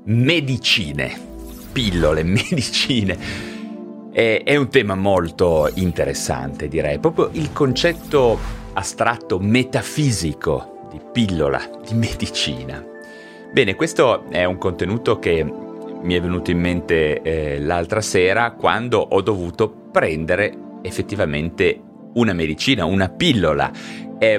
Medicine, pillole, medicine. È un tema molto interessante, direi. Proprio il concetto astratto, metafisico di pillola, di medicina. Bene, questo è un contenuto che mi è venuto in mente l'altra sera, quando ho dovuto prendere effettivamente una medicina, una pillola. È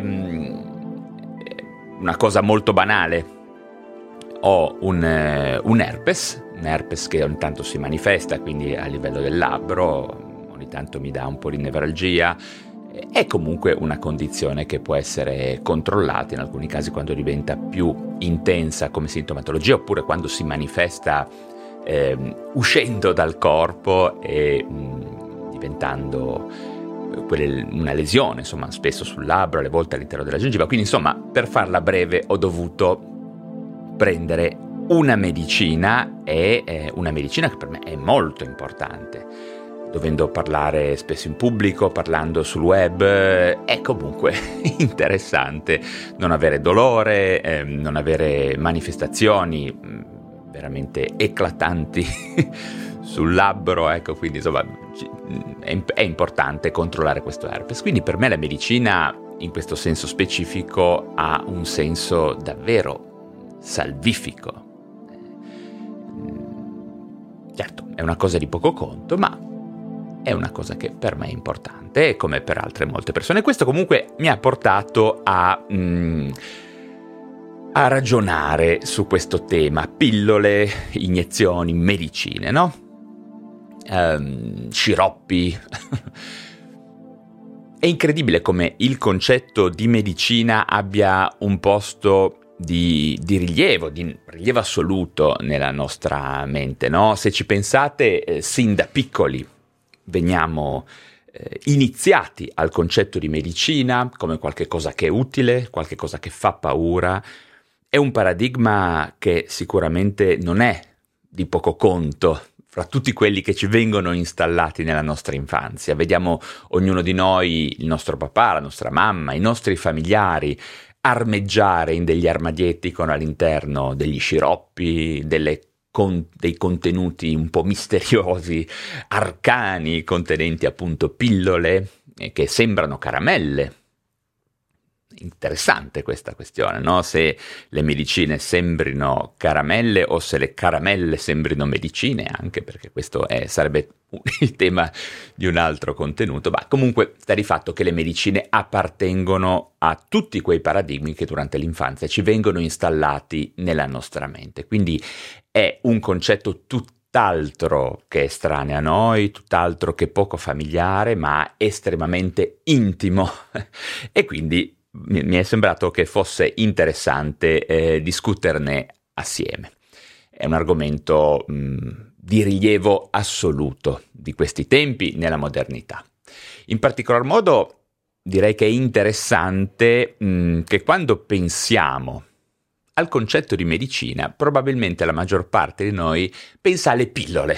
una cosa molto banale. Ho un herpes che ogni tanto si manifesta, quindi a livello del labbro, ogni tanto mi dà un po' di nevralgia. È comunque una condizione che può essere controllata in alcuni casi quando diventa più intensa come sintomatologia, oppure quando si manifesta uscendo dal corpo e diventando una lesione, insomma, spesso sul labbro, alle volte all'interno della gengiva. Quindi, insomma, per farla breve, ho dovuto prendere una medicina, e una medicina che per me è molto importante. Dovendo parlare spesso in pubblico, parlando sul web, è comunque interessante non avere dolore, non avere manifestazioni veramente eclatanti sul labbro, ecco, quindi insomma è importante controllare questo herpes. Quindi per me la medicina, in questo senso specifico, ha un senso davvero salvifico. Certo, è una cosa di poco conto, ma è una cosa che per me è importante, come per altre molte persone. Questo comunque mi ha portato a ragionare su questo tema: pillole, iniezioni, medicine, no? Sciroppi. È incredibile come il concetto di medicina abbia un posto di rilievo assoluto nella nostra mente, no? Se ci pensate, sin da piccoli veniamo iniziati al concetto di medicina come qualche cosa che è utile, qualche cosa che fa paura. È un paradigma che sicuramente non è di poco conto fra tutti quelli che ci vengono installati nella nostra infanzia. Vediamo ognuno di noi, il nostro papà, la nostra mamma, i nostri familiari armeggiare in degli armadietti con all'interno degli sciroppi, dei contenuti un po' misteriosi, arcani, contenenti appunto pillole che sembrano caramelle. Interessante questa questione, no? Se le medicine sembrino caramelle o se le caramelle sembrino medicine, anche perché questo sarebbe il tema di un altro contenuto. Ma comunque sta di fatto che le medicine appartengono a tutti quei paradigmi che durante l'infanzia ci vengono installati nella nostra mente. Quindi è un concetto tutt'altro che estraneo a noi, tutt'altro che poco familiare, ma estremamente intimo. E quindi mi è sembrato che fosse interessante discuterne assieme. È un argomento di rilievo assoluto di questi tempi nella modernità. In particolar modo direi che è interessante che quando pensiamo al concetto di medicina, probabilmente la maggior parte di noi pensa alle pillole.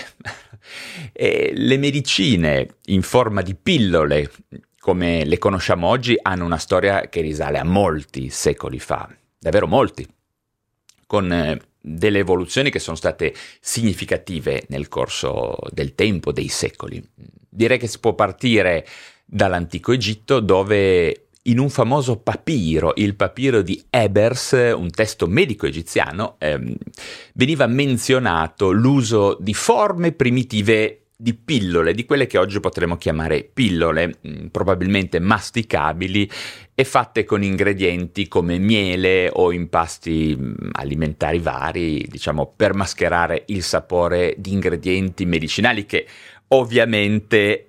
E le medicine in forma di pillole, come le conosciamo oggi, hanno una storia che risale a molti secoli fa, davvero molti, con delle evoluzioni che sono state significative nel corso del tempo, dei secoli. Direi che si può partire dall'antico Egitto, dove in un famoso papiro, il papiro di Ebers, un testo medico egiziano, veniva menzionato l'uso di forme primitive di pillole, di quelle che oggi potremmo chiamare pillole, probabilmente masticabili e fatte con ingredienti come miele o impasti alimentari vari, diciamo, per mascherare il sapore di ingredienti medicinali che ovviamente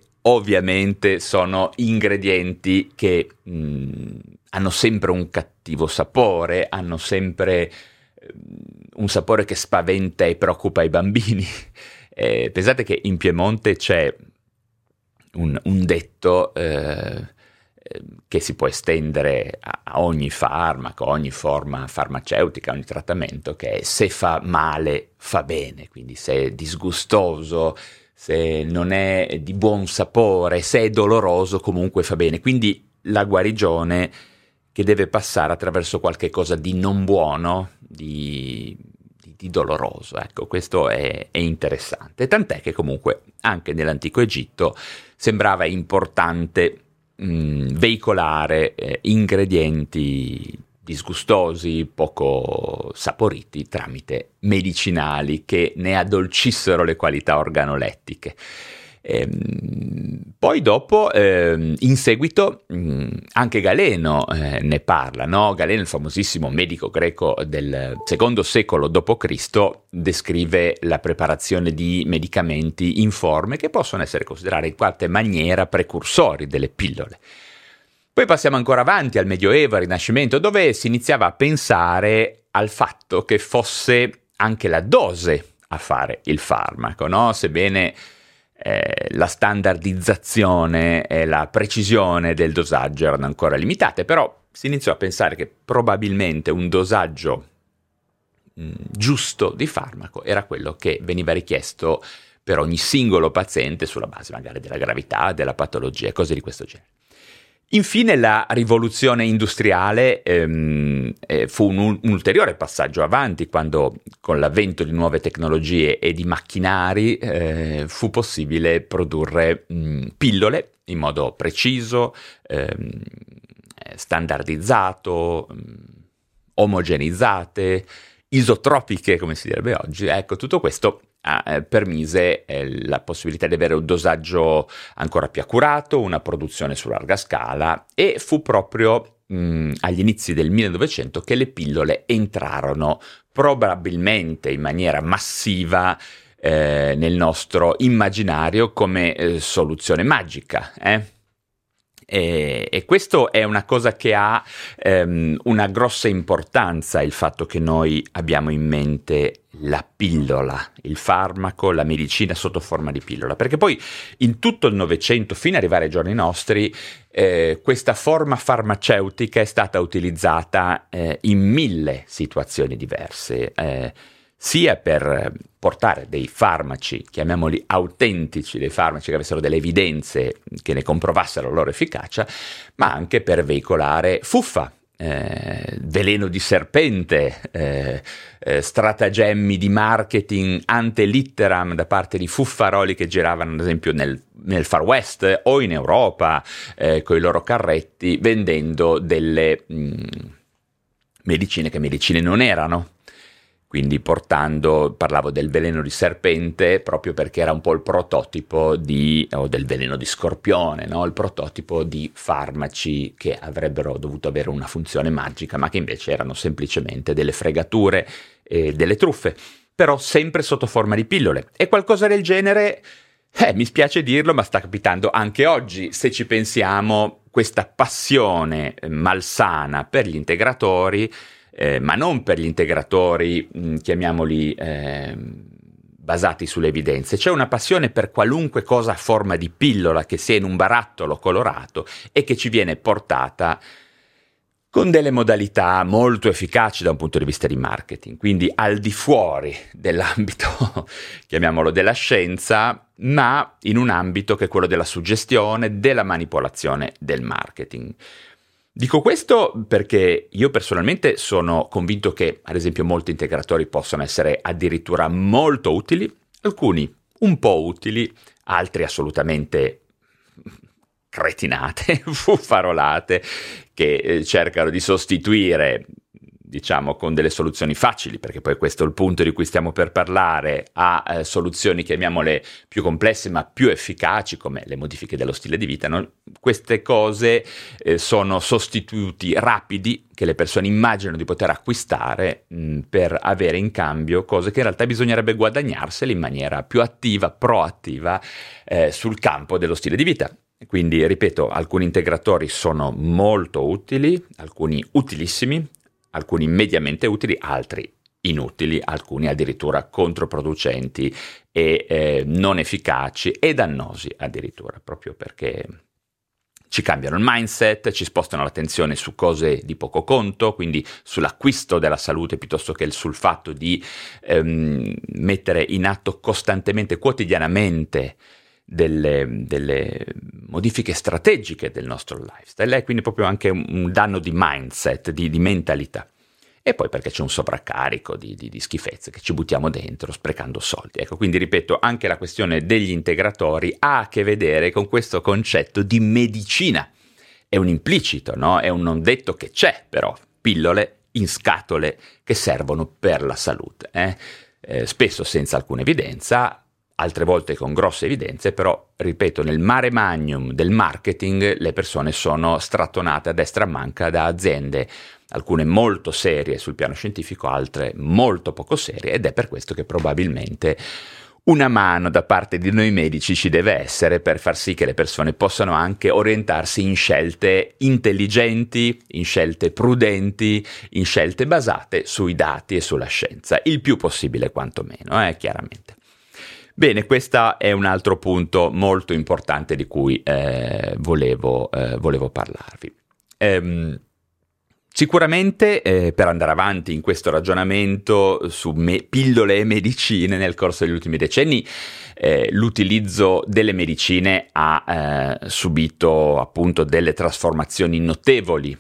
sono ingredienti che hanno sempre un cattivo sapore, hanno sempre un sapore che spaventa e preoccupa i bambini. Pensate che in Piemonte c'è un detto che si può estendere a ogni farmaco, a ogni forma farmaceutica, a ogni trattamento, che è: se fa male fa bene. Quindi se è disgustoso, se non è di buon sapore, se è doloroso, comunque fa bene. Quindi la guarigione che deve passare attraverso qualche cosa di non buono, di di doloroso. Ecco, questo è interessante, tant'è che comunque anche nell'antico Egitto sembrava importante veicolare ingredienti disgustosi, poco saporiti, tramite medicinali che ne addolcissero le qualità organolettiche. Poi dopo, in seguito, anche Galeno ne parla, no? Galeno, il famosissimo medico greco del secondo secolo d.C., descrive la preparazione di medicamenti in forme che possono essere considerate in qualche maniera precursori delle pillole. Poi passiamo ancora avanti al Medioevo, al Rinascimento, dove si iniziava a pensare al fatto che fosse anche la dose a fare il farmaco, no? Sebbene la standardizzazione e la precisione del dosaggio erano ancora limitate, però si iniziò a pensare che probabilmente un dosaggio giusto di farmaco era quello che veniva richiesto per ogni singolo paziente sulla base magari della gravità, della patologia e cose di questo genere. Infine la rivoluzione industriale fu un ulteriore passaggio avanti quando con l'avvento di nuove tecnologie e di macchinari fu possibile produrre pillole in modo preciso, standardizzato, omogenizzate, isotropiche come si direbbe oggi. Ecco, tutto questo permise la possibilità di avere un dosaggio ancora più accurato, una produzione su larga scala, e fu proprio agli inizi del 1900 che le pillole entrarono probabilmente in maniera massiva nel nostro immaginario come soluzione magica. E questo è una cosa che ha una grossa importanza, il fatto che noi abbiamo in mente la pillola, il farmaco, la medicina sotto forma di pillola, perché poi in tutto il Novecento, fino ad arrivare ai giorni nostri, questa forma farmaceutica è stata utilizzata in 1000 situazioni diverse, sia per portare dei farmaci, chiamiamoli autentici, dei farmaci che avessero delle evidenze che ne comprovassero la loro efficacia, ma anche per veicolare fuffa, veleno di serpente, stratagemmi di marketing ante litteram da parte di fuffaroli che giravano ad esempio nel Far West o in Europa con i loro carretti vendendo delle medicine che medicine non erano. Quindi parlavo del veleno di serpente proprio perché era un po' il prototipo o del veleno di scorpione, no? Il prototipo di farmaci che avrebbero dovuto avere una funzione magica, ma che invece erano semplicemente delle fregature e delle truffe, però sempre sotto forma di pillole. E qualcosa del genere, mi spiace dirlo, ma sta capitando anche oggi. Se ci pensiamo, questa passione malsana per gli integratori, ma non per gli integratori, chiamiamoli basati sulle evidenze. C'è una passione per qualunque cosa a forma di pillola che sia in un barattolo colorato e che ci viene portata con delle modalità molto efficaci da un punto di vista di marketing, quindi al di fuori dell'ambito, chiamiamolo, della scienza, ma in un ambito che è quello della suggestione, della manipolazione del marketing. Dico questo perché io personalmente sono convinto che, ad esempio, molti integratori possono essere addirittura molto utili, alcuni un po' utili, altri assolutamente cretinate, fuffarolate, che cercano di sostituire, diciamo, con delle soluzioni facili, perché poi questo è il punto di cui stiamo per parlare, a soluzioni, chiamiamole, più complesse ma più efficaci, come le modifiche dello stile di vita, no? Queste cose sono sostituti rapidi che le persone immaginano di poter acquistare per avere in cambio cose che in realtà bisognerebbe guadagnarsele in maniera più attiva, proattiva sul campo dello stile di vita. Quindi, ripeto, alcuni integratori sono molto utili, alcuni utilissimi, alcuni mediamente utili, altri inutili, alcuni addirittura controproducenti e non efficaci e dannosi addirittura, proprio perché ci cambiano il mindset, ci spostano l'attenzione su cose di poco conto, quindi sull'acquisto della salute piuttosto che sul fatto di mettere in atto costantemente, quotidianamente, delle modifiche strategiche del nostro lifestyle, e quindi proprio anche un danno di mindset, di mentalità. e poi perché c'è un sovraccarico di schifezze che ci buttiamo dentro sprecando soldi. Ecco, quindi ripeto, anche la questione degli integratori ha a che vedere con questo concetto di medicina. È un implicito, no? È un non detto che c'è, però, pillole in scatole che servono per la salute, spesso senza alcuna evidenza, altre volte con grosse evidenze, però, ripeto, nel mare magnum del marketing le persone sono strattonate a destra e a manca da aziende, alcune molto serie sul piano scientifico, altre molto poco serie, ed è per questo che probabilmente una mano da parte di noi medici ci deve essere per far sì che le persone possano anche orientarsi in scelte intelligenti, in scelte prudenti, in scelte basate sui dati e sulla scienza, il più possibile quantomeno, chiaramente. Bene, questo è un altro punto molto importante di cui volevo parlarvi. Sicuramente per andare avanti in questo ragionamento su pillole e medicine nel corso degli ultimi decenni, l'utilizzo delle medicine ha subito appunto delle trasformazioni notevoli,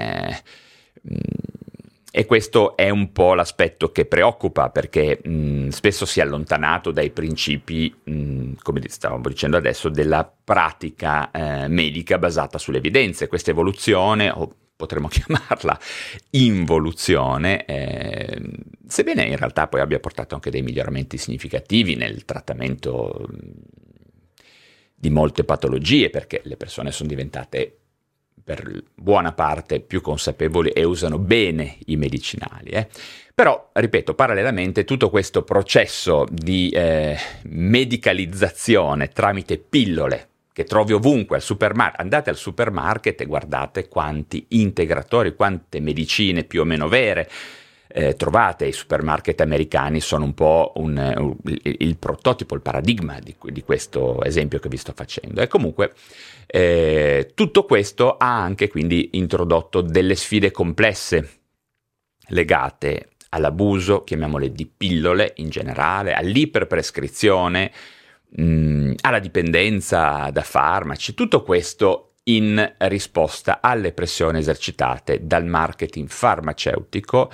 e questo è un po' l'aspetto che preoccupa, perché spesso si è allontanato dai principi, come stavamo dicendo adesso, della pratica medica basata sulle evidenze. Questa evoluzione, o potremmo chiamarla involuzione, sebbene in realtà poi abbia portato anche dei miglioramenti significativi nel trattamento di molte patologie, perché le persone sono diventate per buona parte più consapevoli e usano bene i medicinali. Però, ripeto, parallelamente tutto questo processo di medicalizzazione tramite pillole che trovi ovunque al supermarket, andate al supermarket e guardate quanti integratori, quante medicine più o meno vere trovate. I supermarket americani sono un po' il prototipo, il paradigma di questo esempio che vi sto facendo. E comunque tutto questo ha anche quindi introdotto delle sfide complesse legate all'abuso, chiamiamole di pillole in generale, all'iperprescrizione, alla dipendenza da farmaci, tutto questo in risposta alle pressioni esercitate dal marketing farmaceutico,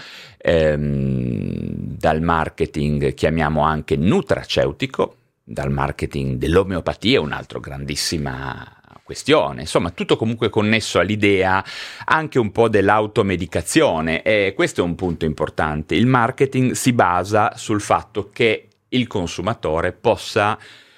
dal marketing chiamiamo anche nutraceutico, dal marketing dell'omeopatia, un'altra grandissima questione. Insomma, tutto comunque connesso all'idea anche un po' dell'automedicazione, e questo è un punto importante. Il marketing si basa sul fatto che il consumatore possa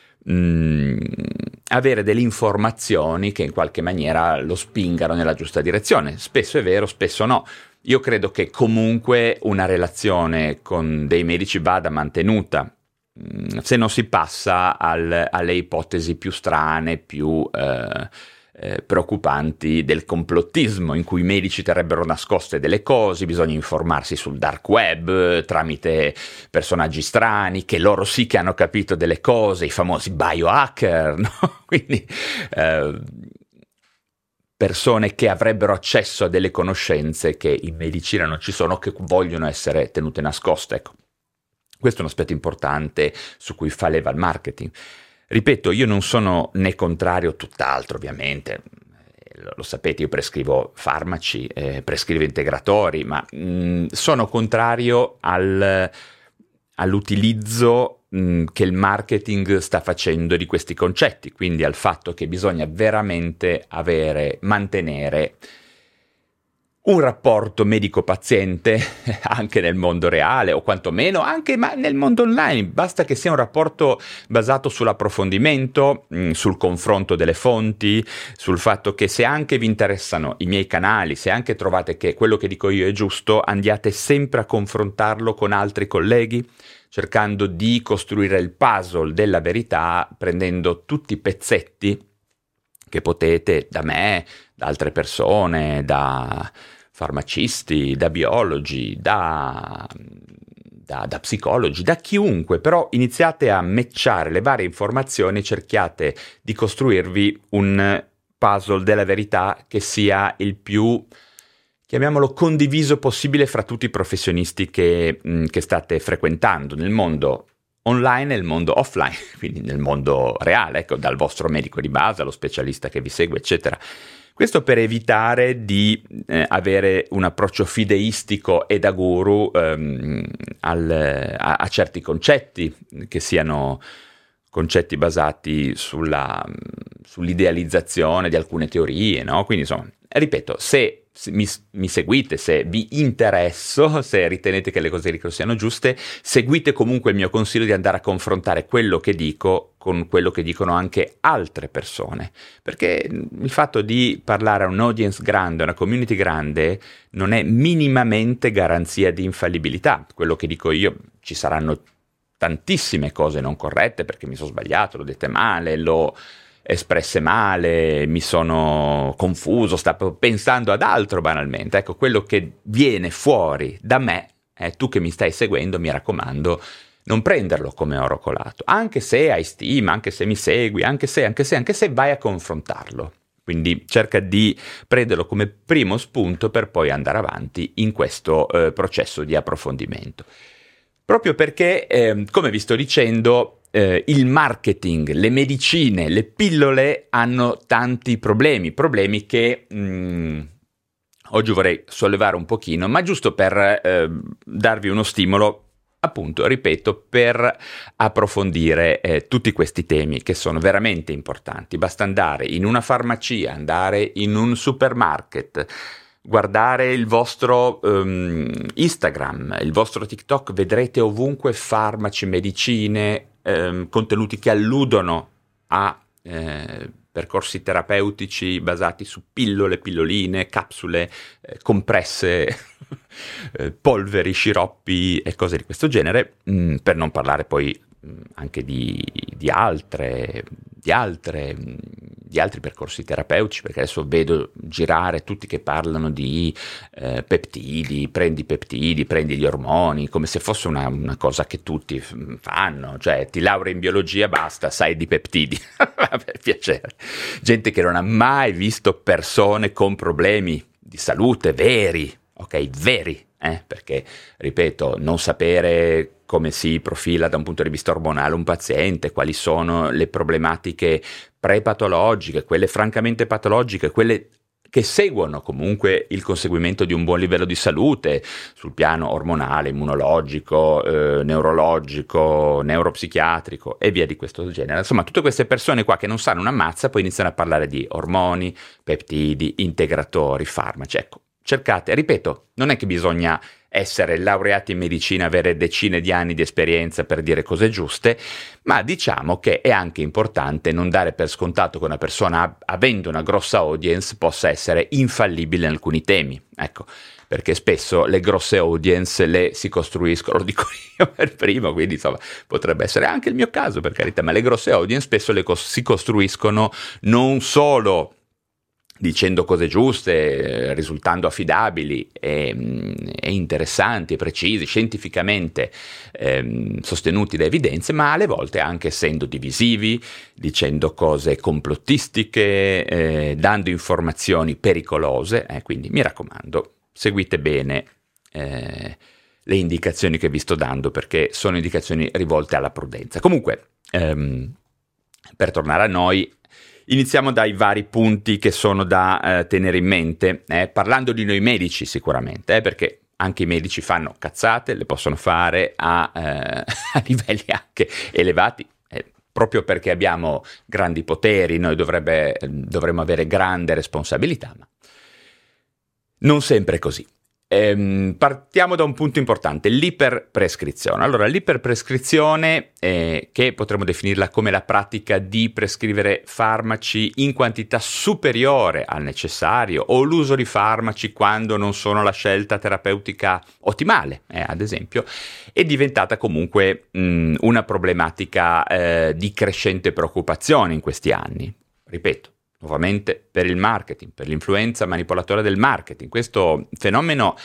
avere delle informazioni che in qualche maniera lo spingano nella giusta direzione. Spesso è vero, spesso no. Io credo che comunque una relazione con dei medici vada mantenuta, se non si passa alle ipotesi più strane, più preoccupanti del complottismo, in cui i medici terrebbero nascoste delle cose, bisogna informarsi sul dark web tramite personaggi strani, che loro sì che hanno capito delle cose, i famosi biohacker, no? Quindi persone che avrebbero accesso a delle conoscenze che in medicina non ci sono, che vogliono essere tenute nascoste. Ecco, questo è un aspetto importante su cui fa leva il marketing. Ripeto, io non sono né contrario, tutt'altro ovviamente, lo sapete, io prescrivo farmaci, prescrivo integratori, ma sono contrario all'utilizzo che il marketing sta facendo di questi concetti, quindi al fatto che bisogna veramente mantenere un rapporto medico-paziente anche nel mondo reale, o quantomeno anche nel mondo online. Basta che sia un rapporto basato sull'approfondimento, sul confronto delle fonti, sul fatto che se anche vi interessano i miei canali, se anche trovate che quello che dico io è giusto, andiate sempre a confrontarlo con altri colleghi, cercando di costruire il puzzle della verità, prendendo tutti i pezzetti che potete da me, da altre persone, da farmacisti, da biologi, da psicologi, da chiunque, però iniziate a matchare le varie informazioni, cerchiate di costruirvi un puzzle della verità che sia il più, chiamiamolo, condiviso possibile fra tutti i professionisti che state frequentando nel mondo online e nel mondo offline, quindi nel mondo reale, ecco, dal vostro medico di base allo specialista che vi segue, eccetera. Questo per evitare di avere un approccio fideistico e da guru a certi concetti, che siano concetti basati sull'idealizzazione di alcune teorie, no? Quindi insomma, ripeto, se mi seguite, se vi interesso, se ritenete che le cose che dico siano giuste, seguite comunque il mio consiglio di andare a confrontare quello che dico con quello che dicono anche altre persone, perché il fatto di parlare a un audience grande, a una community grande, non è minimamente garanzia di infallibilità. Quello che dico io, ci saranno tantissime cose non corrette perché mi sono sbagliato, l'ho dette male, l'ho espresse male, mi sono confuso, stavo pensando ad altro banalmente. Ecco, quello che viene fuori da me, tu che mi stai seguendo, mi raccomando, non prenderlo come oro colato, anche se hai stima, anche se mi segui, anche se vai a confrontarlo. Quindi cerca di prenderlo come primo spunto per poi andare avanti in questo processo di approfondimento. Proprio perché, come vi sto dicendo, il marketing, le medicine, le pillole hanno tanti problemi che oggi vorrei sollevare un pochino, ma giusto per darvi uno stimolo, appunto, ripeto, per approfondire tutti questi temi che sono veramente importanti. Basta andare in una farmacia, andare in un supermarket, guardare il vostro Instagram, il vostro TikTok, vedrete ovunque farmaci, medicine, contenuti che alludono a percorsi terapeutici basati su pillole, pilloline, capsule, compresse, polveri, sciroppi e cose di questo genere, per non parlare poi anche di altri percorsi terapeutici, perché adesso vedo girare tutti che parlano di peptidi, prendi gli ormoni, come se fosse una cosa che tutti fanno, cioè ti laurei in biologia, basta, sai di peptidi, per piacere. Gente che non ha mai visto persone con problemi di salute veri, ok, veri, perché, ripeto, non sapere come si profila da un punto di vista ormonale un paziente, quali sono le problematiche prepatologiche, quelle francamente patologiche, quelle che seguono comunque il conseguimento di un buon livello di salute sul piano ormonale, immunologico, neurologico, neuropsichiatrico e via di questo genere. Insomma, tutte queste persone qua che non sanno una mazza poi iniziano a parlare di ormoni, peptidi, integratori, farmaci. Ecco, cercate, ripeto, non è che bisogna essere laureati in medicina, avere decine di anni di esperienza per dire cose giuste, ma diciamo che è anche importante non dare per scontato che una persona, avendo una grossa audience, possa essere infallibile in alcuni temi. Ecco, perché spesso le grosse audience le si costruiscono, lo dico io per primo, quindi insomma potrebbe essere anche il mio caso, per carità, ma le grosse audience spesso si costruiscono non solo dicendo cose giuste, risultando affidabili e interessanti, precisi, scientificamente sostenuti da evidenze, ma alle volte anche essendo divisivi, dicendo cose complottistiche, dando informazioni pericolose. Quindi mi raccomando, seguite bene le indicazioni che vi sto dando, perché sono indicazioni rivolte alla prudenza. Comunque, per tornare a noi, iniziamo dai vari punti che sono da tenere in mente, parlando di noi medici sicuramente, perché anche i medici fanno cazzate, le possono fare a livelli anche elevati, proprio perché abbiamo grandi poteri, noi dovremmo avere grande responsabilità, ma non sempre è così. Partiamo da un punto importante, l'iperprescrizione. Allora, l'iperprescrizione, che potremmo definirla come la pratica di prescrivere farmaci in quantità superiore al necessario, o l'uso di farmaci quando non sono la scelta terapeutica ottimale, ad esempio, è diventata comunque una problematica di crescente preoccupazione in questi anni. Ripeto, nuovamente per il marketing, per l'influenza manipolatore del marketing. Questo fenomeno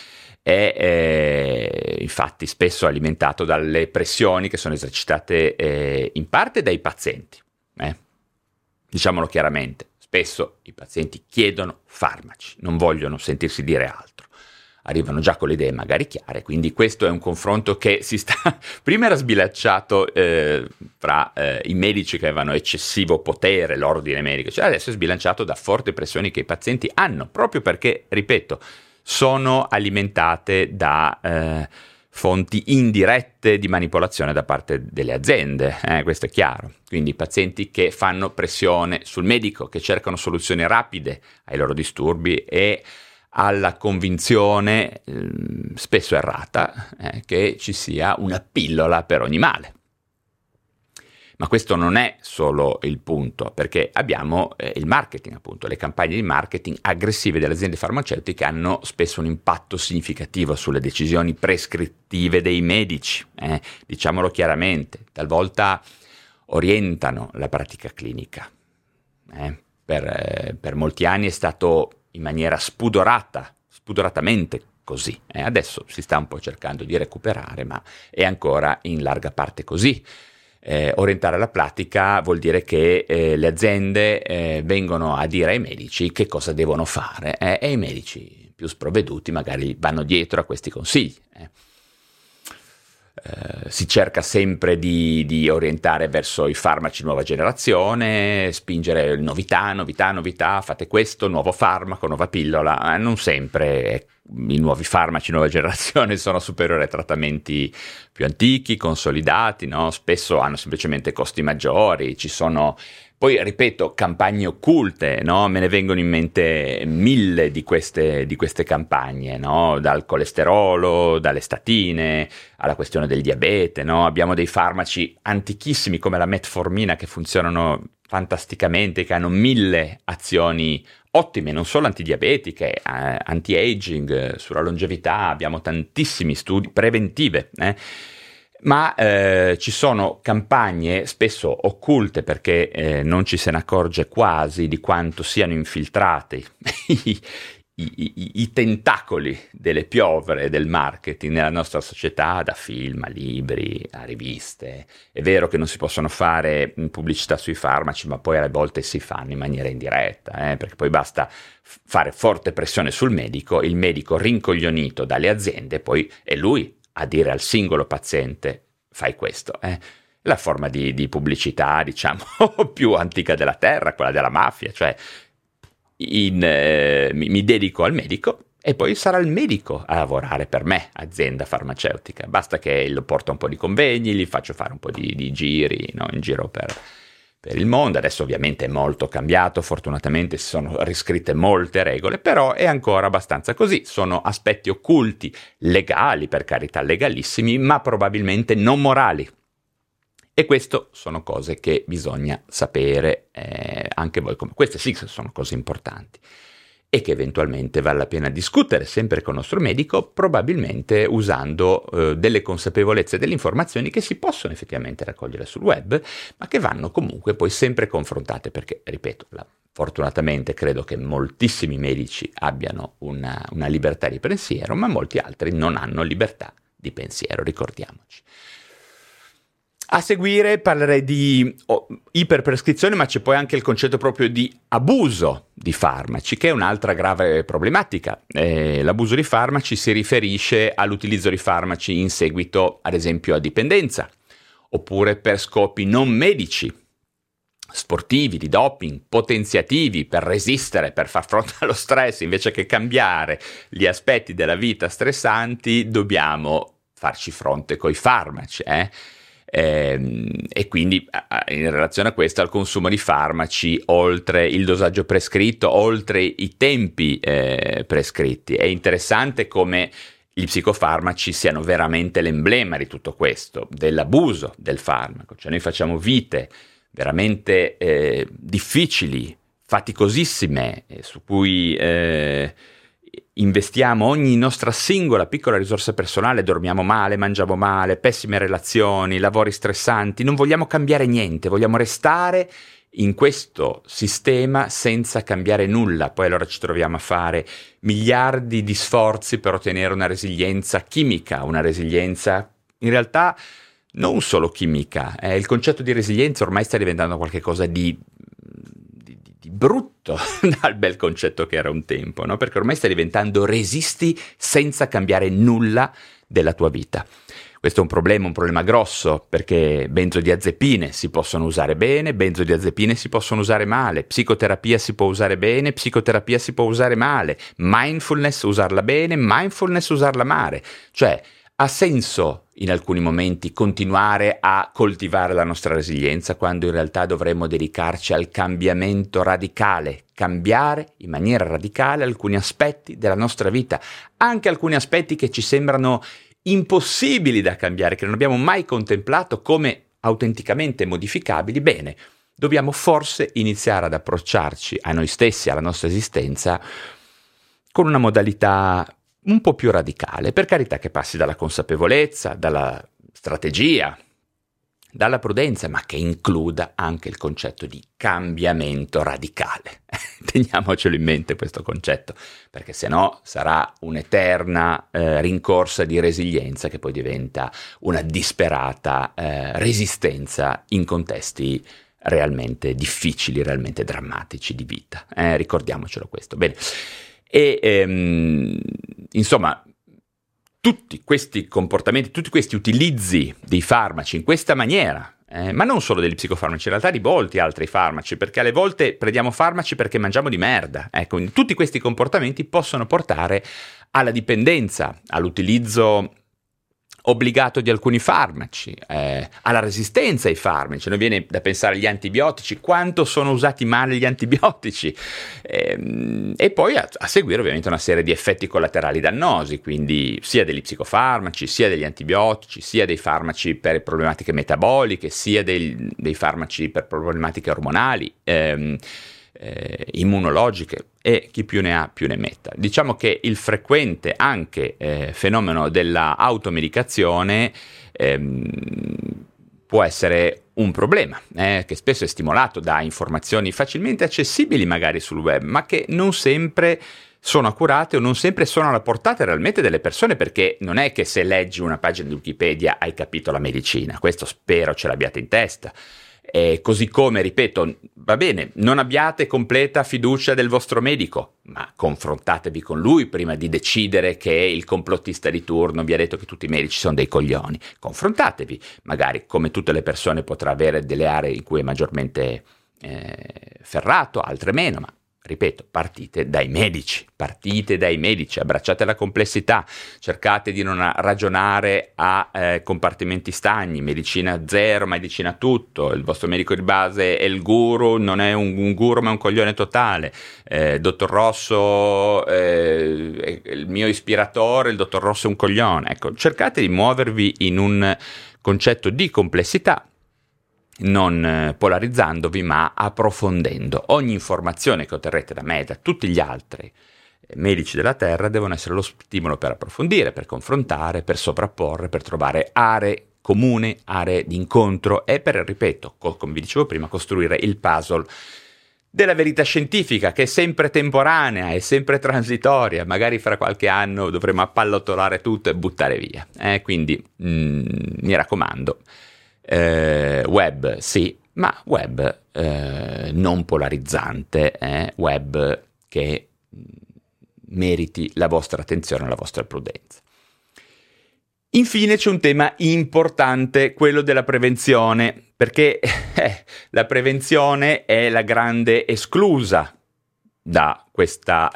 è infatti spesso alimentato dalle pressioni che sono esercitate in parte dai pazienti. Diciamolo chiaramente, spesso i pazienti chiedono farmaci, non vogliono sentirsi dire altro. arrivano già con le idee magari chiare, quindi questo è un confronto che si sta... Prima era sbilacciato fra i medici che avevano eccessivo potere, l'ordine medico, cioè adesso è sbilanciato da forti pressioni che i pazienti hanno, proprio perché, ripeto, sono alimentate da fonti indirette di manipolazione da parte delle aziende, questo è chiaro. Quindi pazienti che fanno pressione sul medico, che cercano soluzioni rapide ai loro disturbi e alla convinzione, spesso errata, che ci sia una pillola per ogni male. Ma questo non è solo il punto, perché abbiamo il marketing, appunto, le campagne di marketing aggressive delle aziende farmaceutiche hanno spesso un impatto significativo sulle decisioni prescrittive dei medici, diciamolo chiaramente, talvolta orientano la pratica clinica. Per molti anni è stato in maniera spudoratamente così. Adesso si sta un po' cercando di recuperare, ma è ancora in larga parte così. Orientare la pratica vuol dire che le aziende vengono a dire ai medici che cosa devono fare e i medici più sprovveduti magari vanno dietro a questi consigli. Si cerca sempre di orientare verso i farmaci nuova generazione, spingere novità, fate questo, nuovo farmaco, nuova pillola. Non sempre i nuovi farmaci nuova generazione sono superiori ai trattamenti più antichi, consolidati, no? Spesso hanno semplicemente costi maggiori, ci sono... Poi, ripeto, campagne occulte, no? Me ne vengono in mente 1000 di queste campagne, no? Dal colesterolo, dalle statine, alla questione del diabete, no? Abbiamo dei farmaci antichissimi come la metformina che funzionano fantasticamente, che hanno 1000 azioni ottime, non solo antidiabetiche, anti-aging, sulla longevità, abbiamo tantissimi studi preventive, ma ci sono campagne spesso occulte perché non ci se ne accorge quasi di quanto siano infiltrati i tentacoli delle piovre del marketing nella nostra società, da film a libri a riviste. È vero che non si possono fare pubblicità sui farmaci, ma poi alle volte si fanno in maniera indiretta, perché poi basta fare forte pressione sul medico, il medico rincoglionito dalle aziende, poi è lui a dire al singolo paziente fai questo. La forma di pubblicità, diciamo, più antica della terra, quella della mafia, cioè mi dedico al medico e poi sarà il medico a lavorare per me, azienda farmaceutica. Basta che lo porto a un po' di convegni, gli faccio fare un po' di giri, no? In giro per il mondo. Adesso ovviamente è molto cambiato, fortunatamente si sono riscritte molte regole, però è ancora abbastanza così. Sono aspetti occulti, legali, per carità, legalissimi, ma probabilmente non morali. E questo sono cose che bisogna sapere, anche voi, come queste sì sono cose importanti e che eventualmente vale la pena discutere sempre con il nostro medico, probabilmente usando delle consapevolezze e delle informazioni che si possono effettivamente raccogliere sul web, ma che vanno comunque poi sempre confrontate, perché, ripeto, fortunatamente credo che moltissimi medici abbiano una libertà di pensiero, ma molti altri non hanno libertà di pensiero, ricordiamoci. A seguire parlerei di iperprescrizione, ma c'è poi anche il concetto proprio di abuso di farmaci, che è un'altra grave problematica. L'abuso di farmaci si riferisce all'utilizzo di farmaci in seguito, ad esempio, a dipendenza, oppure per scopi non medici, sportivi, di doping, potenziativi, per resistere, per far fronte allo stress. Invece che cambiare gli aspetti della vita stressanti, dobbiamo farci fronte coi farmaci, e quindi in relazione a questo al consumo di farmaci oltre il dosaggio prescritto, oltre i tempi prescritti. È interessante come gli psicofarmaci siano veramente l'emblema di tutto questo, dell'abuso del farmaco. Cioè noi facciamo vite veramente difficili, faticosissime, su cui investiamo ogni nostra singola piccola risorsa personale, dormiamo male, mangiamo male, pessime relazioni, lavori stressanti, non vogliamo cambiare niente, vogliamo restare in questo sistema senza cambiare nulla. Poi allora ci troviamo a fare miliardi di sforzi per ottenere una resilienza chimica, una resilienza in realtà non solo chimica. Il concetto di resilienza ormai sta diventando qualcosa di brutto dal bel concetto che era un tempo, no? Perché ormai stai diventando resisti senza cambiare nulla della tua vita. Questo è un problema grosso, perché benzodiazepine si possono usare bene, benzodiazepine si possono usare male, psicoterapia si può usare bene, psicoterapia si può usare male, mindfulness usarla bene, mindfulness usarla male. Cioè, ha senso in alcuni momenti continuare a coltivare la nostra resilienza quando in realtà dovremmo dedicarci al cambiamento radicale, cambiare in maniera radicale alcuni aspetti della nostra vita, anche alcuni aspetti che ci sembrano impossibili da cambiare, che non abbiamo mai contemplato come autenticamente modificabili. Bene, dobbiamo forse iniziare ad approcciarci a noi stessi, alla nostra esistenza, con una modalità un po' più radicale, per carità, che passi dalla consapevolezza, dalla strategia, dalla prudenza, ma che includa anche il concetto di cambiamento radicale. Teniamocelo in mente questo concetto, perché se no sarà un'eterna rincorsa di resilienza che poi diventa una disperata resistenza in contesti realmente difficili, realmente drammatici di vita. Ricordiamocelo questo. Bene. Insomma, tutti questi comportamenti, tutti questi utilizzi dei farmaci in questa maniera, ma non solo degli psicofarmaci, in realtà di molti altri farmaci, perché alle volte prendiamo farmaci perché mangiamo di merda. Ecco, tutti questi comportamenti possono portare alla dipendenza, all'utilizzo obbligato di alcuni farmaci, alla resistenza ai farmaci. Non viene da pensare agli antibiotici, quanto sono usati male gli antibiotici, e poi a seguire ovviamente una serie di effetti collaterali dannosi, quindi sia degli psicofarmaci, sia degli antibiotici, sia dei farmaci per problematiche metaboliche, sia dei farmaci per problematiche ormonali, immunologiche, e chi più ne ha più ne metta. Diciamo che il frequente anche fenomeno della automedicazione può essere un problema, che spesso è stimolato da informazioni facilmente accessibili magari sul web, ma che non sempre sono accurate o non sempre sono alla portata realmente delle persone, perché non è che se leggi una pagina di Wikipedia hai capito la medicina. Questo spero ce l'abbiate in testa. Così come, ripeto, va bene, non abbiate completa fiducia del vostro medico, ma confrontatevi con lui prima di decidere che il complottista di turno vi ha detto che tutti i medici sono dei coglioni. Confrontatevi, magari come tutte le persone potrà avere delle aree in cui è maggiormente ferrato, altre meno, ma ripeto, partite dai medici, abbracciate la complessità, cercate di non ragionare a compartimenti stagni, medicina zero, medicina tutto, il vostro medico di base è il guru, non è un guru ma è un coglione totale, dottor Rosso il mio ispiratore, il dottor Rosso è un coglione. Ecco, cercate di muovervi in un concetto di complessità, non polarizzandovi ma approfondendo. Ogni informazione che otterrete da me e da tutti gli altri medici della Terra devono essere lo stimolo per approfondire, per confrontare, per sovrapporre, per trovare aree comuni, aree di incontro e per, ripeto, come vi dicevo prima, costruire il puzzle della verità scientifica, che è sempre temporanea, è sempre transitoria. Magari fra qualche anno dovremo appallottolare tutto e buttare via. Quindi mi raccomando, web sì, ma web non polarizzante, web che meriti la vostra attenzione e la vostra prudenza. Infine c'è un tema importante, quello della prevenzione, perché la prevenzione è la grande esclusa da questo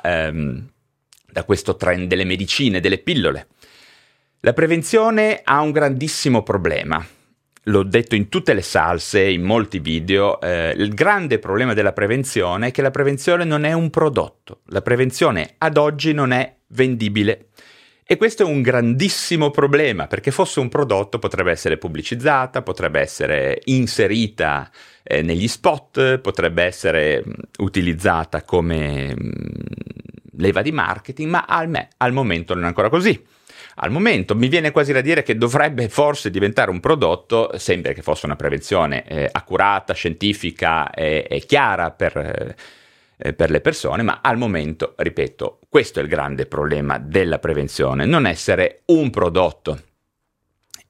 trend delle medicine, delle pillole. La prevenzione ha un grandissimo problema. L'ho detto in tutte le salse, in molti video, il grande problema della prevenzione è che la prevenzione non è un prodotto. La prevenzione ad oggi non è vendibile. E questo è un grandissimo problema, perché fosse un prodotto potrebbe essere pubblicizzata, potrebbe essere inserita negli spot, potrebbe essere utilizzata come leva di marketing, ma al momento non è ancora così. Al momento mi viene quasi da dire che dovrebbe forse diventare un prodotto, sempre che fosse una prevenzione accurata, scientifica e chiara per le persone, ma al momento, ripeto, questo è il grande problema della prevenzione, non essere un prodotto.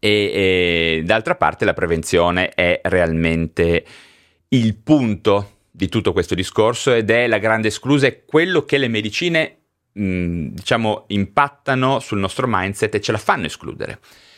E d'altra parte la prevenzione è realmente il punto di tutto questo discorso, ed è la grande esclusa, è quello che le medicine diciamo impattano sul nostro mindset e ce la fanno escludere.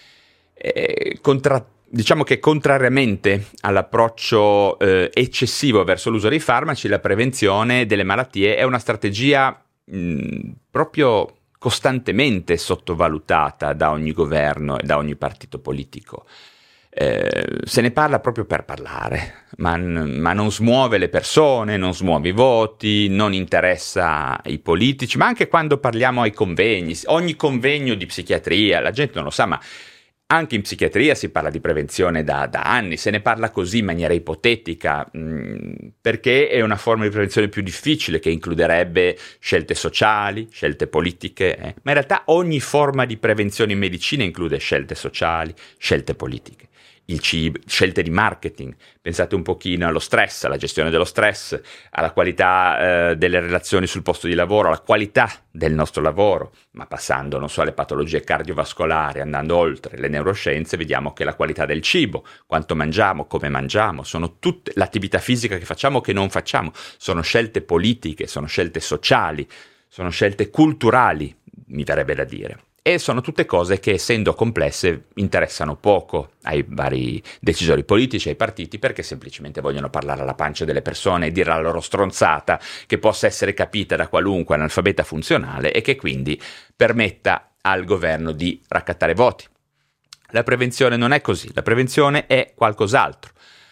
Diciamo che contrariamente all'approccio eccessivo verso l'uso dei farmaci, la prevenzione delle malattie è una strategia proprio costantemente sottovalutata da ogni governo e da ogni partito politico. Se ne parla proprio per parlare, ma non smuove le persone, non smuove i voti, non interessa i politici, ma anche quando parliamo ai convegni, ogni convegno di psichiatria, la gente non lo sa, ma anche in psichiatria si parla di prevenzione da anni, se ne parla così in maniera ipotetica, perché è una forma di prevenzione più difficile che includerebbe scelte sociali, scelte politiche, ma in realtà ogni forma di prevenzione in medicina include scelte sociali, scelte politiche. Il cibo, scelte di marketing, pensate un pochino allo stress, alla gestione dello stress, alla qualità delle relazioni sul posto di lavoro, alla qualità del nostro lavoro, ma passando, non so, alle patologie cardiovascolari, andando oltre le neuroscienze, vediamo che la qualità del cibo, quanto mangiamo, come mangiamo, sono tutte l'attività fisica che facciamo o che non facciamo, sono scelte politiche, sono scelte sociali, sono scelte culturali, mi verrebbe da dire. E sono tutte cose che, essendo complesse, interessano poco ai vari decisori politici, ai partiti, perché semplicemente vogliono parlare alla pancia delle persone e dire la loro stronzata che possa essere capita da qualunque analfabeta funzionale e che quindi permetta al governo di raccattare voti. La prevenzione non è così, la prevenzione è qualcos'altro.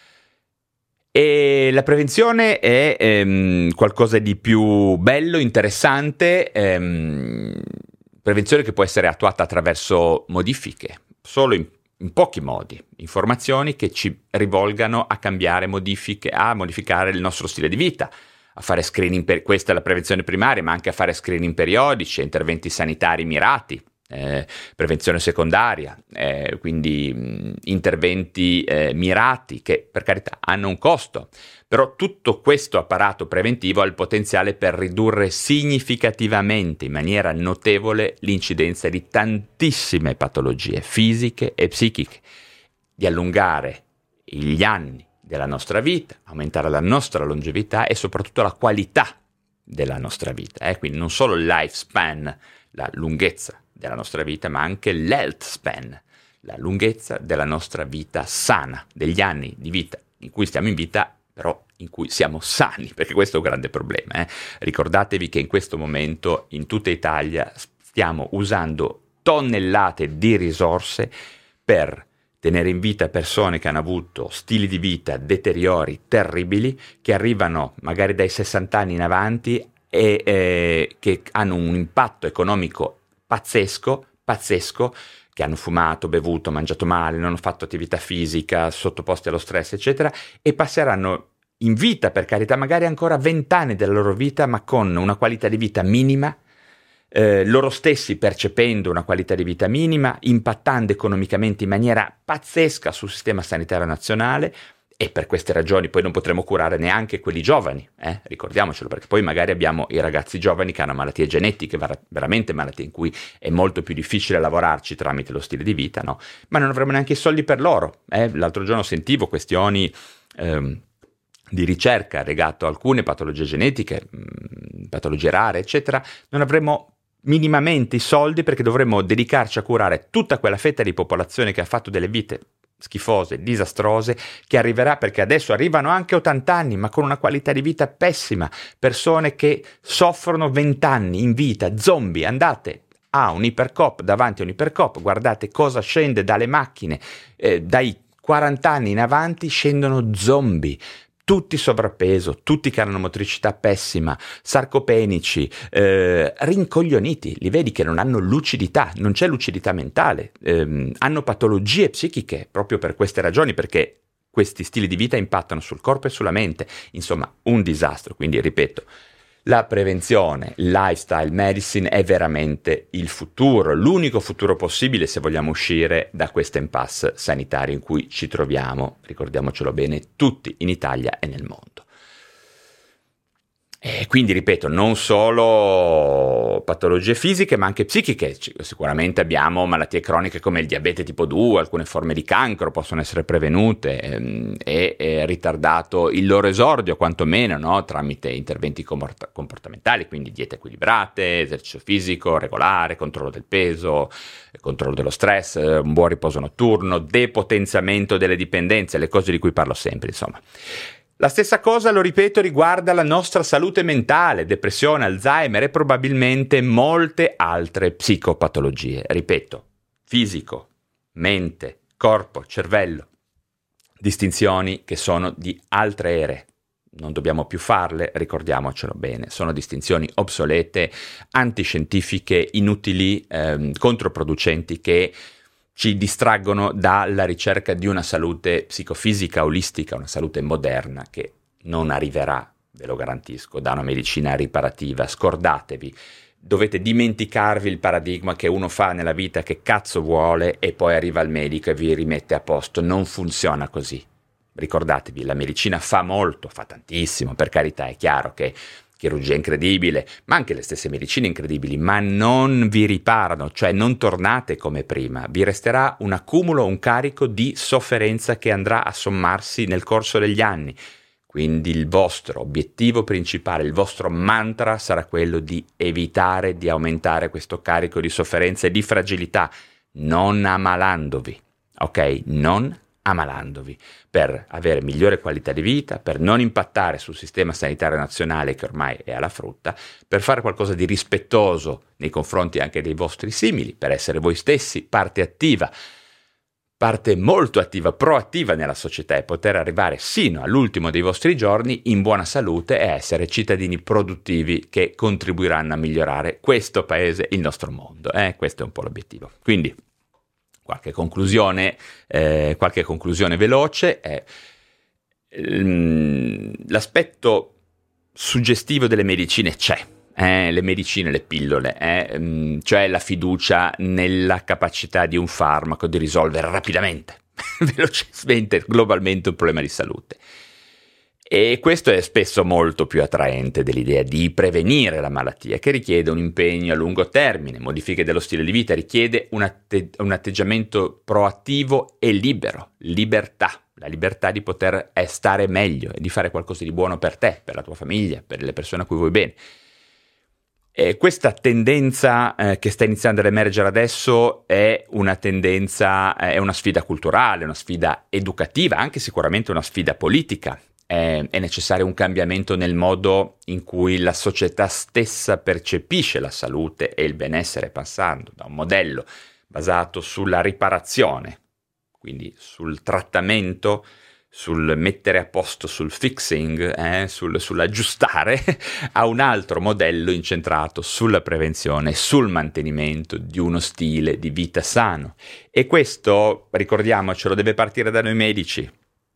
E la prevenzione è qualcosa di più bello, interessante, prevenzione che può essere attuata attraverso modifiche, solo in pochi modi, informazioni che ci rivolgano a cambiare a modificare il nostro stile di vita, a fare screening, questa è la prevenzione primaria, ma anche a fare screening periodici, interventi sanitari mirati, prevenzione secondaria, quindi interventi mirati che per carità hanno un costo, però tutto questo apparato preventivo ha il potenziale per ridurre significativamente, in maniera notevole, l'incidenza di tantissime patologie fisiche e psichiche, di allungare gli anni della nostra vita, aumentare la nostra longevità e soprattutto la qualità della nostra vita, quindi non solo il lifespan, la lunghezza della nostra vita, ma anche l'health span, la lunghezza della nostra vita sana, degli anni di vita in cui stiamo in vita, però in cui siamo sani, perché questo è un grande problema. Ricordatevi che in questo momento in tutta Italia stiamo usando tonnellate di risorse per tenere in vita persone che hanno avuto stili di vita deteriori terribili, che arrivano magari dai 60 anni in avanti e che hanno un impatto economico pazzesco, che hanno fumato, bevuto, mangiato male, non hanno fatto attività fisica, sottoposti allo stress, eccetera, e passeranno in vita, per carità, magari ancora 20 anni della loro vita, ma con una qualità di vita minima, loro stessi percependo una qualità di vita minima, impattando economicamente in maniera pazzesca sul sistema sanitario nazionale. E per queste ragioni poi non potremo curare neanche quelli giovani, ricordiamocelo, perché poi magari abbiamo i ragazzi giovani che hanno malattie genetiche, veramente malattie in cui è molto più difficile lavorarci tramite lo stile di vita, no? Ma non avremo neanche i soldi per loro. L'altro giorno sentivo questioni di ricerca legato a alcune patologie genetiche, patologie rare, eccetera. Non avremo minimamente i soldi perché dovremmo dedicarci a curare tutta quella fetta di popolazione che ha fatto delle vite schifose, disastrose, che arriverà, perché adesso arrivano anche 80 anni, ma con una qualità di vita pessima, persone che soffrono 20 anni in vita, zombie. Andate a un ipercoop, davanti a un ipercoop, guardate cosa scende dalle macchine, dai 40 anni in avanti scendono zombie, tutti sovrappeso, tutti che hanno motricità pessima, sarcopenici, rincoglioniti, li vedi che non hanno lucidità, non c'è lucidità mentale, hanno patologie psichiche proprio per queste ragioni, perché questi stili di vita impattano sul corpo e sulla mente, insomma un disastro. Quindi ripeto, la prevenzione, lifestyle medicine è veramente il futuro, l'unico futuro possibile se vogliamo uscire da questo impasse sanitario in cui ci troviamo, ricordiamocelo bene, tutti in Italia e nel mondo. E quindi, ripeto, non solo patologie fisiche, ma anche psichiche. Sicuramente abbiamo malattie croniche come il diabete tipo 2, alcune forme di cancro possono essere prevenute e ritardato il loro esordio, quantomeno, no? Tramite interventi comportamentali, quindi diete equilibrate, esercizio fisico regolare, controllo del peso, controllo dello stress, un buon riposo notturno, depotenziamento delle dipendenze, le cose di cui parlo sempre, insomma. La stessa cosa, lo ripeto, riguarda la nostra salute mentale, depressione, Alzheimer e probabilmente molte altre psicopatologie. Ripeto, fisico, mente, corpo, cervello, distinzioni che sono di altre ere. Non dobbiamo più farle, ricordiamocelo bene, sono distinzioni obsolete, antiscientifiche, inutili, controproducenti che ci distraggono dalla ricerca di una salute psicofisica olistica, una salute moderna che non arriverà, ve lo garantisco, da una medicina riparativa. Scordatevi, dovete dimenticarvi il paradigma che uno fa nella vita che cazzo vuole e poi arriva il medico e vi rimette a posto. Non funziona così. Ricordatevi, la medicina fa molto, fa tantissimo, per carità, è chiaro che chirurgia incredibile, ma anche le stesse medicine incredibili, ma non vi riparano, cioè non tornate come prima, vi resterà un accumulo, un carico di sofferenza che andrà a sommarsi nel corso degli anni. Quindi il vostro obiettivo principale, il vostro mantra sarà quello di evitare di aumentare questo carico di sofferenza e di fragilità, non ammalandovi, ok? Non ammalandovi, per avere migliore qualità di vita, per non impattare sul sistema sanitario nazionale che ormai è alla frutta, per fare qualcosa di rispettoso nei confronti anche dei vostri simili, per essere voi stessi parte attiva, parte molto attiva, proattiva nella società e poter arrivare sino all'ultimo dei vostri giorni in buona salute e essere cittadini produttivi che contribuiranno a migliorare questo paese, il nostro mondo. Questo è un po' l'obiettivo. Quindi qualche conclusione veloce. L'aspetto suggestivo delle medicine c'è, le medicine, le pillole, cioè la fiducia nella capacità di un farmaco di risolvere rapidamente, velocemente, globalmente un problema di salute. E questo è spesso molto più attraente dell'idea di prevenire la malattia, che richiede un impegno a lungo termine, modifiche dello stile di vita, richiede un atteggiamento proattivo e libero, la libertà di poter stare meglio e di fare qualcosa di buono per te, per la tua famiglia, per le persone a cui vuoi bene. E questa tendenza che sta iniziando ad emergere adesso è una tendenza, è una sfida culturale, una sfida educativa, anche sicuramente una sfida politica. È necessario un cambiamento nel modo in cui la società stessa percepisce la salute e il benessere, passando da un modello basato sulla riparazione, quindi sul trattamento, sul mettere a posto, sul fixing, sull'aggiustare, a un altro modello incentrato sulla prevenzione, sul mantenimento di uno stile di vita sano. E questo, ricordiamocelo, deve partire da noi medici.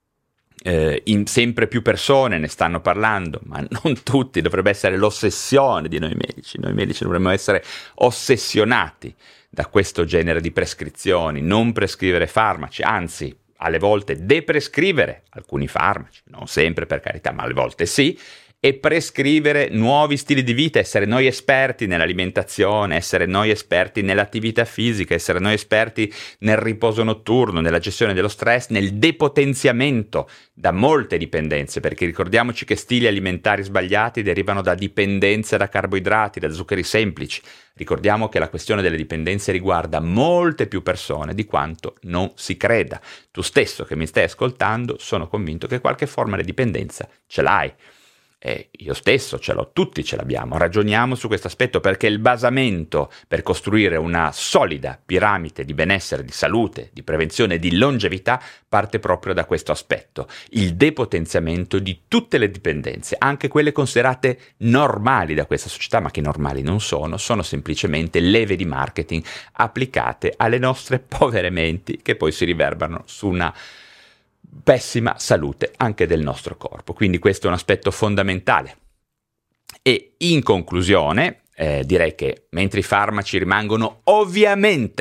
Sempre più persone ne stanno parlando, ma non tutti. Dovrebbe essere l'ossessione di noi medici. Noi medici dovremmo essere ossessionati da questo genere di prescrizioni, non prescrivere farmaci, anzi alle volte deprescrivere alcuni farmaci, non sempre per carità, ma alle volte sì, e prescrivere nuovi stili di vita, essere noi esperti nell'alimentazione, essere noi esperti nell'attività fisica, essere noi esperti nel riposo notturno, nella gestione dello stress, nel depotenziamento da molte dipendenze, perché ricordiamoci che stili alimentari sbagliati derivano da dipendenze da carboidrati, da zuccheri semplici. Ricordiamo che la questione delle dipendenze riguarda molte più persone di quanto non si creda. Tu stesso che mi stai ascoltando, sono convinto che qualche forma di dipendenza ce l'hai. Io stesso ce l'ho, tutti ce l'abbiamo. Ragioniamo su questo aspetto, perché il basamento per costruire una solida piramide di benessere, di salute, di prevenzione e di longevità parte proprio da questo aspetto: il depotenziamento di tutte le dipendenze, anche quelle considerate normali da questa società, ma che normali non sono semplicemente leve di marketing applicate alle nostre povere menti, che poi si riverberano su una pessima salute anche del nostro corpo. Quindi questo è un aspetto fondamentale. E in conclusione direi che mentre i farmaci rimangono ovviamente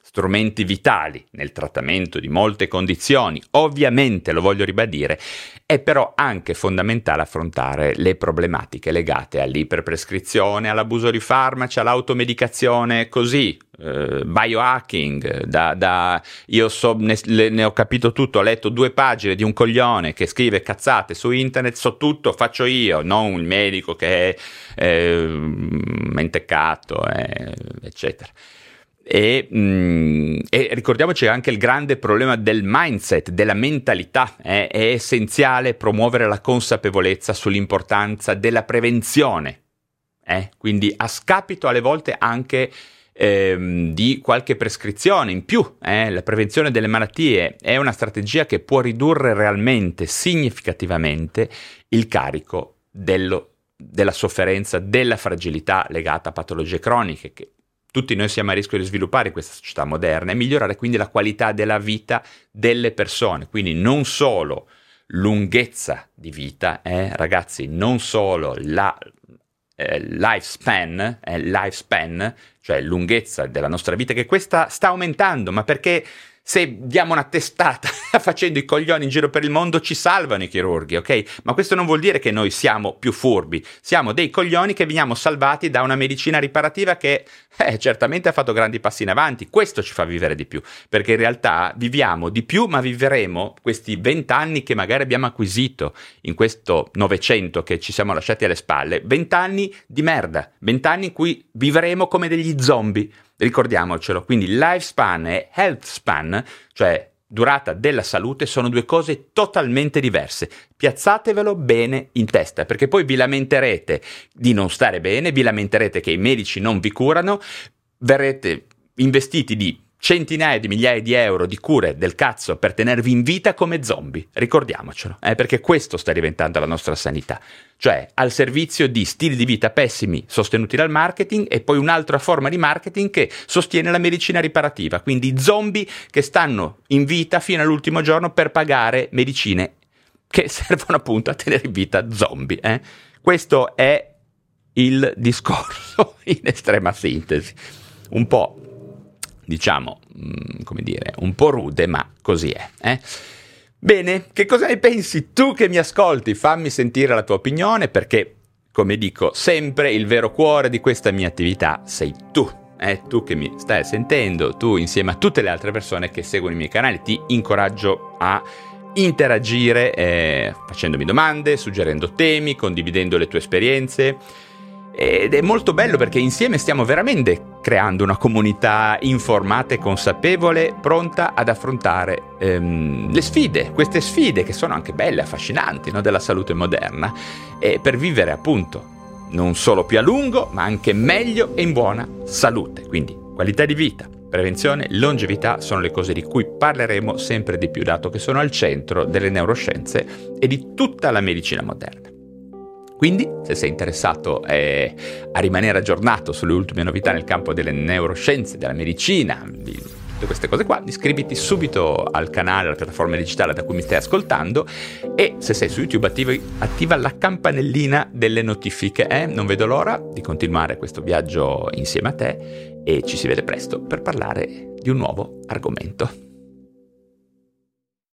strumenti vitali nel trattamento di molte condizioni, ovviamente, lo voglio ribadire, è però anche fondamentale affrontare le problematiche legate all'iperprescrizione, all'abuso di farmaci, all'automedicazione, così, biohacking, io ne ho capito tutto, ho letto 2 pagine di un coglione che scrive cazzate su internet, so tutto, faccio io, non il medico che è menteccato, eccetera. E ricordiamoci anche il grande problema del mindset, della mentalità. È essenziale promuovere la consapevolezza sull'importanza della prevenzione, quindi a scapito alle volte anche di qualche prescrizione in più. La prevenzione delle malattie è una strategia che può ridurre realmente, significativamente, il carico della sofferenza, della fragilità legata a patologie croniche che tutti noi siamo a rischio di sviluppare in questa società moderna, e migliorare quindi la qualità della vita delle persone, quindi non solo lunghezza di vita, ragazzi, non solo la lifespan, cioè lunghezza della nostra vita, che questa sta aumentando, ma perché se diamo una testata facendo i coglioni in giro per il mondo ci salvano i chirurghi, ok? Ma questo non vuol dire che noi siamo più furbi, siamo dei coglioni che veniamo salvati da una medicina riparativa che certamente ha fatto grandi passi in avanti. Questo ci fa vivere di più, perché in realtà viviamo di più, ma vivremo questi 20 anni che magari abbiamo acquisito in questo Novecento che ci siamo lasciati alle spalle, 20 anni di merda, 20 anni in cui vivremo come degli zombie. Ricordiamocelo, quindi lifespan e health span, cioè durata della salute, sono 2 cose totalmente diverse. Piazzatevelo bene in testa, perché poi vi lamenterete di non stare bene, vi lamenterete che i medici non vi curano, verrete investiti di centinaia di migliaia di euro di cure del cazzo per tenervi in vita come zombie. Ricordiamocelo, perché questo sta diventando la nostra sanità, cioè al servizio di stili di vita pessimi sostenuti dal marketing, e poi un'altra forma di marketing che sostiene la medicina riparativa, quindi zombie che stanno in vita fino all'ultimo giorno per pagare medicine che servono appunto a tenere in vita zombie. Questo è il discorso in estrema sintesi, un po', diciamo, come dire, un po' rude, ma così è. Bene, che cosa ne pensi tu che mi ascolti? Fammi sentire la tua opinione, perché, come dico sempre, il vero cuore di questa mia attività sei tu. Tu che mi stai sentendo, tu insieme a tutte le altre persone che seguono i miei canali. Ti incoraggio a interagire facendomi domande, suggerendo temi, condividendo le tue esperienze. Ed è molto bello perché insieme stiamo veramente creando una comunità informata e consapevole, pronta ad affrontare le sfide, queste sfide che sono anche belle, affascinanti, no? Della salute moderna, per vivere appunto non solo più a lungo, ma anche meglio e in buona salute. Quindi qualità di vita, prevenzione, longevità sono le cose di cui parleremo sempre di più, dato che sono al centro delle neuroscienze e di tutta la medicina moderna. Quindi, se sei interessato a rimanere aggiornato sulle ultime novità nel campo delle neuroscienze, della medicina, di tutte queste cose qua, iscriviti subito al canale, alla piattaforma digitale da cui mi stai ascoltando, e se sei su YouTube attiva la campanellina delle notifiche. Non vedo l'ora di continuare questo viaggio insieme a te, e ci si vede presto per parlare di un nuovo argomento.